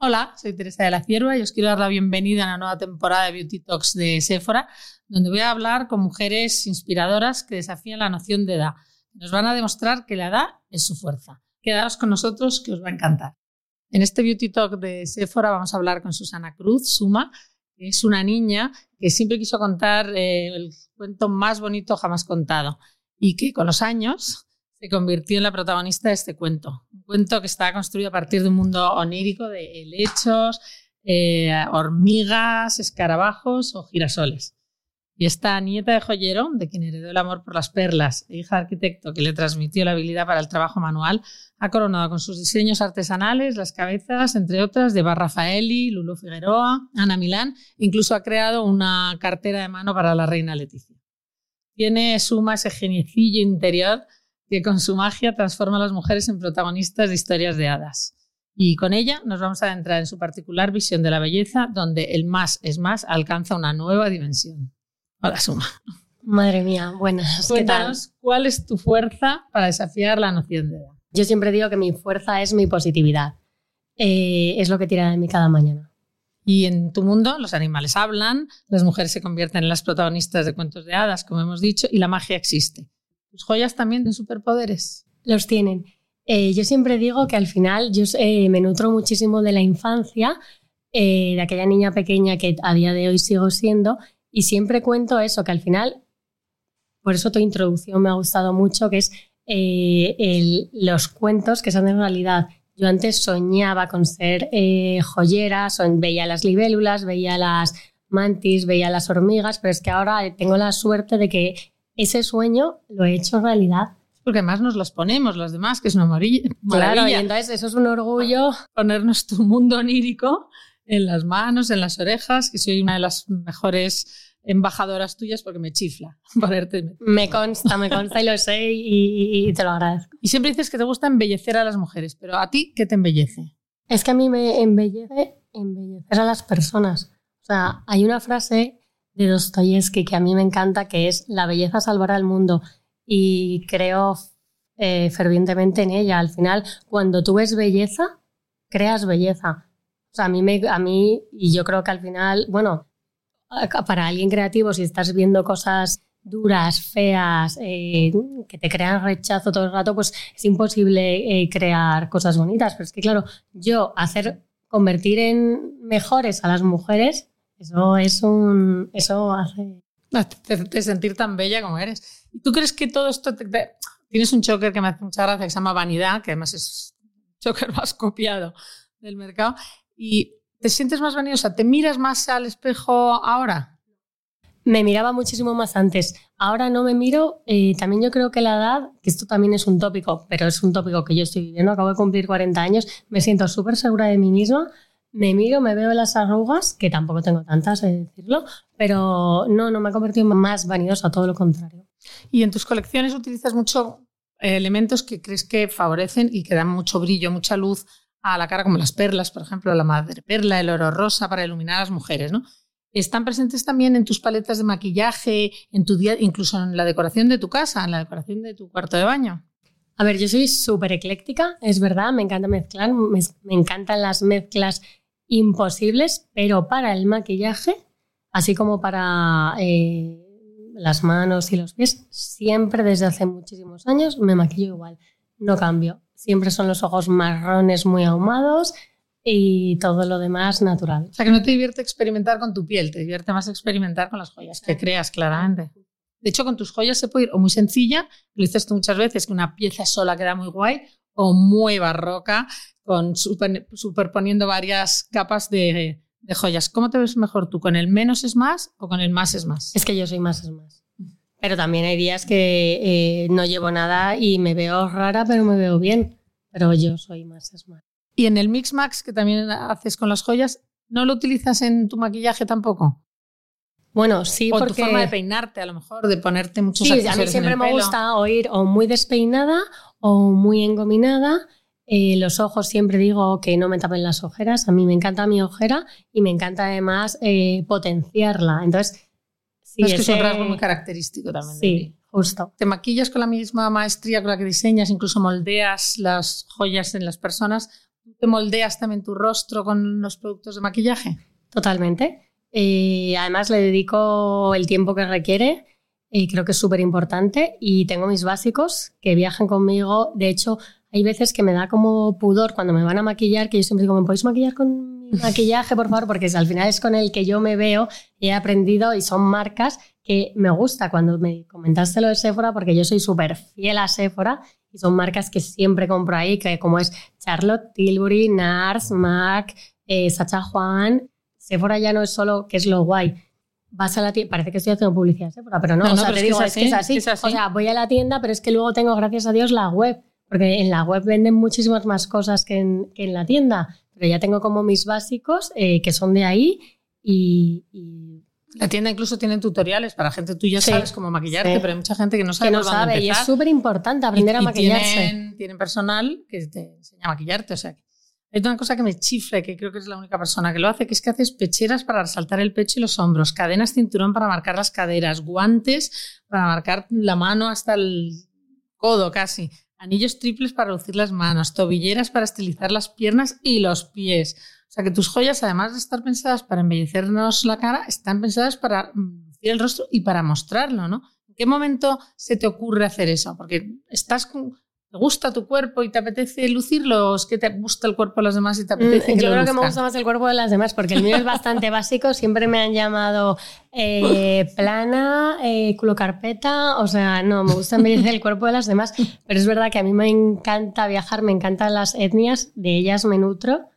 Hola, soy Teresa de la Cierva y os quiero dar la bienvenida a una nueva temporada de Beauty Talks de Sephora, donde voy a hablar con mujeres inspiradoras que desafían la noción de edad. Nos van a demostrar que la edad es su fuerza. Quedaos con nosotros que os va a encantar. En este Beauty Talk de Sephora vamos a hablar con Susana Cruz, Suma, que es una niña que siempre quiso contar el cuento más bonito jamás contado y que con los años se convirtió en la protagonista de este cuento. Un cuento que está construido a partir de un mundo onírico de helechos, hormigas, escarabajos o girasoles. Y esta nieta de joyero, de quien heredó el amor por las perlas e hija de arquitecto que le transmitió la habilidad para el trabajo manual, ha coronado con sus diseños artesanales las cabezas, entre otras, de Bar Raffaelli, Lulú Figueroa, Ana Milán, e incluso ha creado una cartera de mano para la reina Leticia. Tiene Suma ese geniecillo interior que con su magia transforma a las mujeres en protagonistas de historias de hadas. Y con ella nos vamos a adentrar en su particular visión de la belleza, donde el más es más alcanza una nueva dimensión. Hola, Suma. Madre mía, buenas. Cuéntanos, ¿cuál es tu fuerza para desafiar la noción de edad? Yo siempre digo que mi fuerza es mi positividad. Es lo que tira de mí cada mañana. Y en tu mundo los animales hablan, las mujeres se convierten en las protagonistas de cuentos de hadas, como hemos dicho, y la magia existe. ¿Tus joyas también tienen superpoderes? Los tienen. Yo siempre digo que al final yo me nutro muchísimo de la infancia, de aquella niña pequeña que a día de hoy sigo siendo, y siempre cuento eso, que al final, por eso tu introducción me ha gustado mucho, que es los cuentos que son en realidad. Yo antes soñaba con ser joyera, veía las libélulas, veía las mantis, veía las hormigas, pero es que ahora tengo la suerte de que ese sueño lo he hecho realidad. Porque además nos los ponemos los demás, que es una maravilla. Claro, y entonces eso es un orgullo. Ponernos tu mundo onírico en las manos, en las orejas, que soy una de las mejores embajadoras tuyas porque me chifla ponerte. Me consta y lo sé y te lo agradezco. Y siempre dices que te gusta embellecer a las mujeres, pero ¿a ti qué te embellece? Es que a mí me embellecer a las personas. O sea, hay una frase de Dostoyevsky que a mí me encanta, que es: la belleza salvará al mundo, y creo fervientemente en ella. Al final, cuando tú ves belleza, creas belleza. O sea, a mí, y yo creo que al final, bueno, para alguien creativo, si estás viendo cosas duras, feas, que te crean rechazo todo el rato, pues es imposible crear cosas bonitas. Pero es que, claro, convertir en mejores a las mujeres, eso hace de sentir tan bella como eres. ¿Y tú crees que todo esto tienes un choker que me hace mucha gracia, que se llama vanidad, que además es el choker más copiado del mercado, y te sientes más vanidosa? ¿Te miras más al espejo ahora? Me miraba muchísimo más antes. Ahora no me miro. También yo creo que la edad, que esto también es un tópico, pero es un tópico que yo estoy viviendo, acabo de cumplir 40 años, me siento súper segura de mí misma. Me miro, me veo las arrugas, que tampoco tengo tantas, he de decirlo, pero no me ha convertido en más vanidosa, todo lo contrario. ¿Y en tus colecciones utilizas mucho elementos que crees que favorecen y que dan mucho brillo, mucha luz a la cara, como las perlas, por ejemplo, la madreperla, el oro rosa, para iluminar a las mujeres, ¿no? ¿Están presentes también en tus paletas de maquillaje, en tu día, incluso en la decoración de tu casa, en la decoración de tu cuarto de baño? A ver, yo soy súper ecléctica, es verdad, me encanta mezclar, me encantan las mezclas imposibles, pero para el maquillaje, así como para las manos y los pies, siempre desde hace muchísimos años me maquillo igual, no cambio. Siempre son los ojos marrones muy ahumados y todo lo demás natural. O sea, que no te divierte experimentar con tu piel, te divierte más experimentar con las joyas que creas, claramente. De hecho, con tus joyas se puede ir o muy sencilla, lo dices tú muchas veces, que una pieza sola queda muy guay, o muy barroca, superponiendo varias capas de joyas. ¿Cómo te ves mejor tú? ¿Con el menos es más o con el más es más? Es que yo soy más es más. Pero también hay días que no llevo nada y me veo rara, pero me veo bien. Pero yo soy más es más. ¿Y en el mix max que también haces con las joyas, no lo utilizas en tu maquillaje tampoco? Bueno, sí, o porque... tu forma de peinarte, a lo mejor, de ponerte muchos accesorios en el pelo. Sí, a mí siempre me gusta o ir o muy despeinada o muy engominada. Los ojos siempre digo que no me tapen las ojeras. A mí me encanta mi ojera y me encanta además potenciarla. Entonces, sí, es que es un rasgo muy característico también. Sí, justo. ¿Te maquillas con la misma maestría con la que diseñas? Incluso moldeas las joyas en las personas. ¿Te moldeas también tu rostro con los productos de maquillaje? Totalmente. Además le dedico el tiempo que requiere y creo que es súper importante y tengo mis básicos que viajan conmigo. De hecho, hay veces que me da como pudor cuando me van a maquillar, que yo siempre digo, ¿me podéis maquillar con mi maquillaje, por favor? Porque al final es con el que yo me veo y he aprendido y son marcas que me gusta. Cuando me comentaste lo de Sephora, porque yo soy súper fiel a Sephora y son marcas que siempre compro ahí, que como es Charlotte Tilbury, NARS, MAC, Sacha Juan. Sephora ya no es solo, que es lo guay, vas a la tienda, parece que estoy haciendo publicidad de Sephora, pero no, o sea, te digo, es que es así. O sea, voy a la tienda, pero es que luego tengo, gracias a Dios, la web, porque en la web venden muchísimas más cosas que en la tienda, pero ya tengo como mis básicos que son de ahí y... La tienda incluso tiene tutoriales para gente, tú ya sabes cómo maquillarte, pero hay mucha gente que no sabe, y es súper importante aprender a maquillarse. Tienen personal que te enseña a maquillarte, o sea que hay una cosa que me chifla, que creo que es la única persona que lo hace, que es que haces pecheras para resaltar el pecho y los hombros, cadenas cinturón para marcar las caderas, guantes para marcar la mano hasta el codo casi, anillos triples para lucir las manos, tobilleras para estilizar las piernas y los pies. O sea que tus joyas, además de estar pensadas para embellecernos la cara, están pensadas para lucir el rostro y para mostrarlo, ¿no? ¿En qué momento se te ocurre hacer eso? Porque ¿te gusta tu cuerpo y te apetece lucirlo? ¿O es que te gusta el cuerpo de los demás y te apetece que yo lo creo luzcan? Que me gusta más el cuerpo de las demás, porque el mío es bastante básico. Siempre me han llamado plana, culo carpeta. O sea, no, me gusta embellecer el cuerpo de las demás. Pero es verdad que a mí me encanta viajar, me encantan las etnias, de ellas me nutro.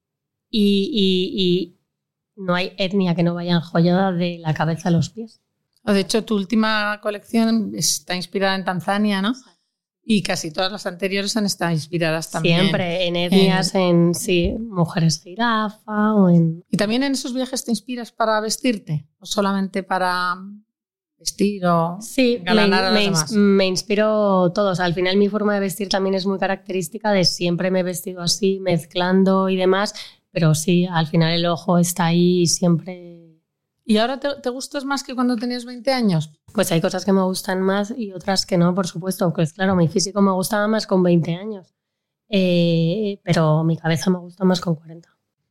Y no hay etnia que no vaya enjollada de la cabeza a los pies. De hecho, tu última colección está inspirada en Tanzania, ¿no? Y casi todas las anteriores han estado inspiradas también. Siempre en etnias, en mujeres jirafa o en... ¿Y también en esos viajes te inspiras para vestirte? ¿O solamente para vestir o engalanar a los demás? Me inspiro todos. Al final mi forma de vestir también es muy característica de siempre me he vestido así, mezclando y demás, pero sí, al final el ojo está ahí siempre... ¿Y ahora te gustas más que cuando tenías 20 años? Pues hay cosas que me gustan más y otras que no, por supuesto. Pues claro, mi físico me gustaba más con 20 años, pero mi cabeza me gusta más con 40.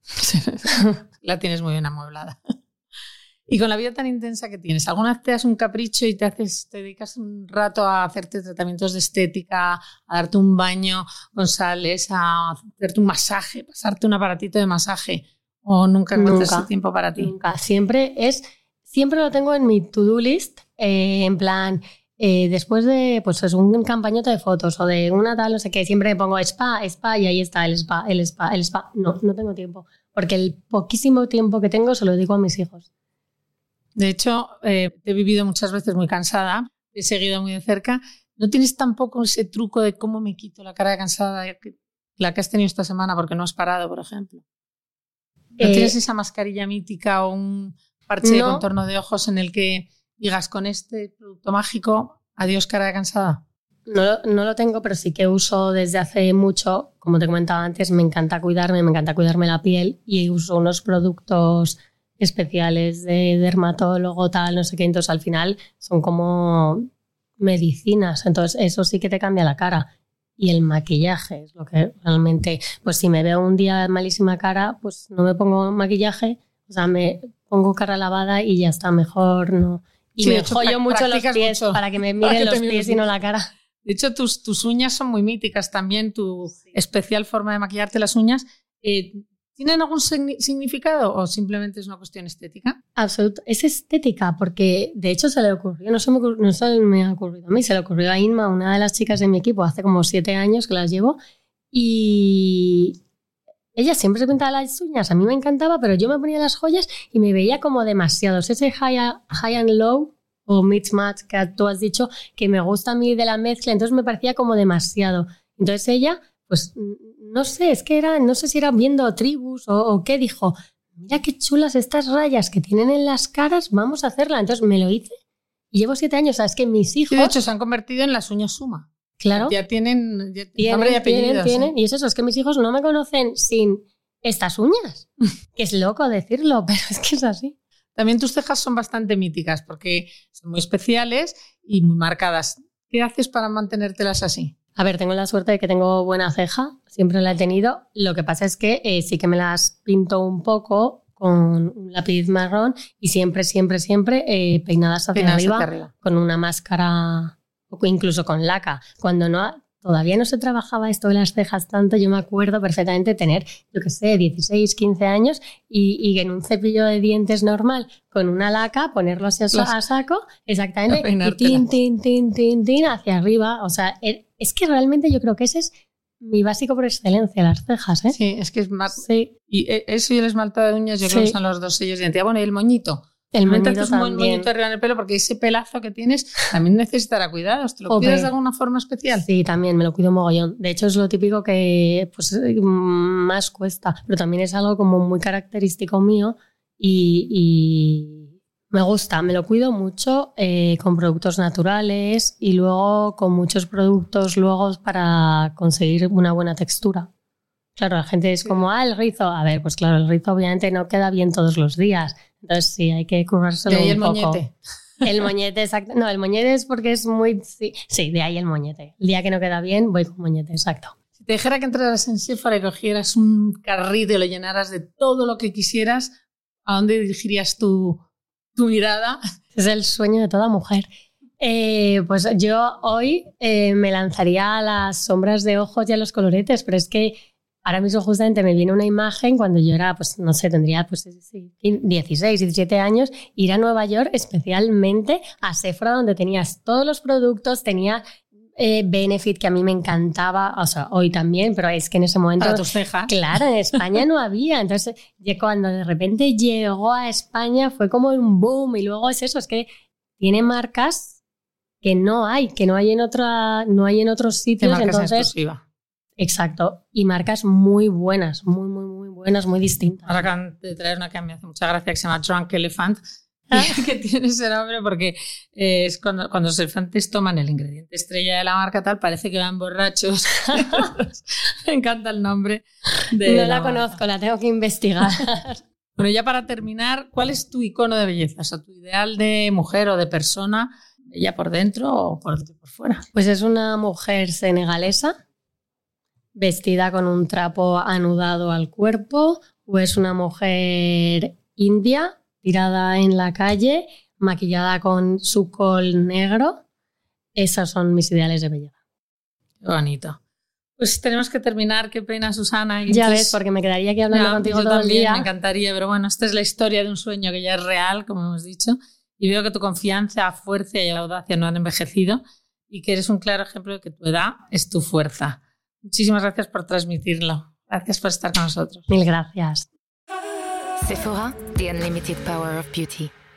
La tienes muy bien amueblada. Y con la vida tan intensa que tienes, ¿alguna vez te das un capricho y te dedicas un rato a hacerte tratamientos de estética, a darte un baño con sales, a hacerte un masaje, pasarte un aparatito de masaje? ¿O nunca encuentras ese tiempo para ti? Nunca. Siempre lo tengo en mi to-do list, en plan, después de pues es un campañote de fotos o de una tal, no sé qué, siempre me pongo spa y ahí está el spa. No tengo tiempo, porque el poquísimo tiempo que tengo se lo dedico a mis hijos. De hecho, te he vivido muchas veces muy cansada, te he seguido muy de cerca. ¿No tienes tampoco ese truco de cómo me quito la cara de cansada, la que has tenido esta semana porque no has parado, por ejemplo? ¿No tienes esa mascarilla mítica o un parche de contorno de ojos en el que digas con este producto mágico, adiós cara de cansada? No lo tengo, pero sí que uso desde hace mucho, como te comentaba antes, me encanta cuidarme la piel y uso unos productos especiales de dermatólogo, tal, no sé qué, entonces al final son como medicinas, entonces eso sí que te cambia la cara. Y el maquillaje es lo que realmente, pues si me veo un día malísima cara, pues no me pongo maquillaje, o sea, me pongo cara lavada y ya está, mejor no. Y sí, me enjollo mucho los pies para que me miren los pies y no la cara. De hecho, tus uñas son muy míticas también, tu especial forma de maquillarte las uñas. ¿Tienen algún significado o simplemente es una cuestión estética? Absoluto, es estética porque de hecho se le ocurrió, no se me ha ocurrido a mí, se le ocurrió a Inma, una de las chicas de mi equipo, hace como 7 años que las llevo y ella siempre se pintaba las uñas, a mí me encantaba, pero yo me ponía las joyas y me veía como demasiados, ese high and low o mix match que tú has dicho que me gusta a mí de la mezcla, entonces me parecía como demasiado. Entonces ella, pues no sé, no sé si era viendo tribus o qué, dijo, mira qué chulas estas rayas que tienen en las caras, vamos a hacerla. Entonces me lo hice y llevo 7 años, sabes que mis hijos... Sí, de hecho se han convertido en las uñas Suma. Claro. Ya tienen nombre y apellidos. Tienen. Y es eso, es que mis hijos no me conocen sin estas uñas. Que es loco decirlo, pero es que es así. También tus cejas son bastante míticas porque son muy especiales y muy marcadas. ¿Qué haces para mantenértelas así? A ver, tengo la suerte de que tengo buena ceja, siempre la he tenido. Lo que pasa es que sí que me las pinto un poco con un lápiz marrón y siempre peinadas hacia arriba con una máscara o incluso con laca. Cuando todavía no se trabajaba esto de las cejas tanto, yo me acuerdo perfectamente tener, 16, 15 años y en un cepillo de dientes normal con una laca ponerlo así a saco, exactamente, y tin hacia arriba. O sea, es que realmente yo creo que ese es mi básico por excelencia, las cejas, ¿eh? Sí, es que es más... Sí. Y eso y el esmaltado de uñas, yo creo que son los dos sellos de identidad. Bueno, y el moñito. El moñito también. Moñito arriba en el pelo, porque ese pelazo que tienes también necesitará cuidados. ¿Te lo cuidas de alguna forma especial? Sí, también me lo cuido mogollón. De hecho, es lo típico que pues, más cuesta, pero también es algo como muy característico mío y me gusta. Me lo cuido mucho con productos naturales y luego con muchos productos luego para conseguir una buena textura. Claro, la gente es como, el rizo. A ver, pues claro, el rizo obviamente no queda bien todos los días. Entonces sí, hay que currárselo un poco. ¿De ahí el moñete? El moñete, exacto. No, el moñete es porque es muy... Sí, de ahí el moñete. El día que no queda bien, voy con moñete, exacto. Si te dijera que entraras en Sephora y cogieras un carrito y lo llenaras de todo lo que quisieras, ¿a dónde dirigirías tu mirada? Es el sueño de toda mujer. Pues yo hoy me lanzaría a las sombras de ojos y a los coloretes, pero es que ahora mismo justamente me viene una imagen cuando yo era, pues no sé, tendría pues 16, 17 años, ir a Nueva York especialmente a Sephora donde tenías todos los productos, tenía Benefit que a mí me encantaba, o sea, hoy también, pero es que en ese momento... Para tus cejas. Claro, en España no había, entonces cuando de repente llegó a España fue como un boom y luego es eso, es que tiene marcas que no hay en otros sitios. Marcas entonces exclusiva. Exacto, y marcas muy buenas, muy buenas, muy distintas. Ahora acaban de traer una que me hace mucha gracia que se llama Drunk Elephant, que tiene ese nombre porque es cuando los elefantes toman el ingrediente estrella de la marca tal, parece que van borrachos. Me encanta el nombre de No la conozco, la tengo que investigar. Bueno, ya para terminar, ¿cuál es tu icono de belleza? O sea, tu ideal de mujer o de persona, ya por dentro o por fuera. Pues es una mujer senegalesa, vestida con un trapo anudado al cuerpo, o es una mujer india tirada en la calle, maquillada con su col negro. Esos son mis ideales de belleza. Qué bonito. Pues tenemos que terminar, qué pena, Susana. Y ya ves, porque me quedaría aquí hablando contigo todo el día. Me encantaría, pero bueno, esta es la historia de un sueño que ya es real, como hemos dicho, y veo que tu confianza, fuerza y audacia no han envejecido y que eres un claro ejemplo de que tu edad es tu fuerza. Muchísimas gracias por transmitirlo. Gracias por estar con nosotros. Mil gracias. Sephora, the unlimited power of beauty.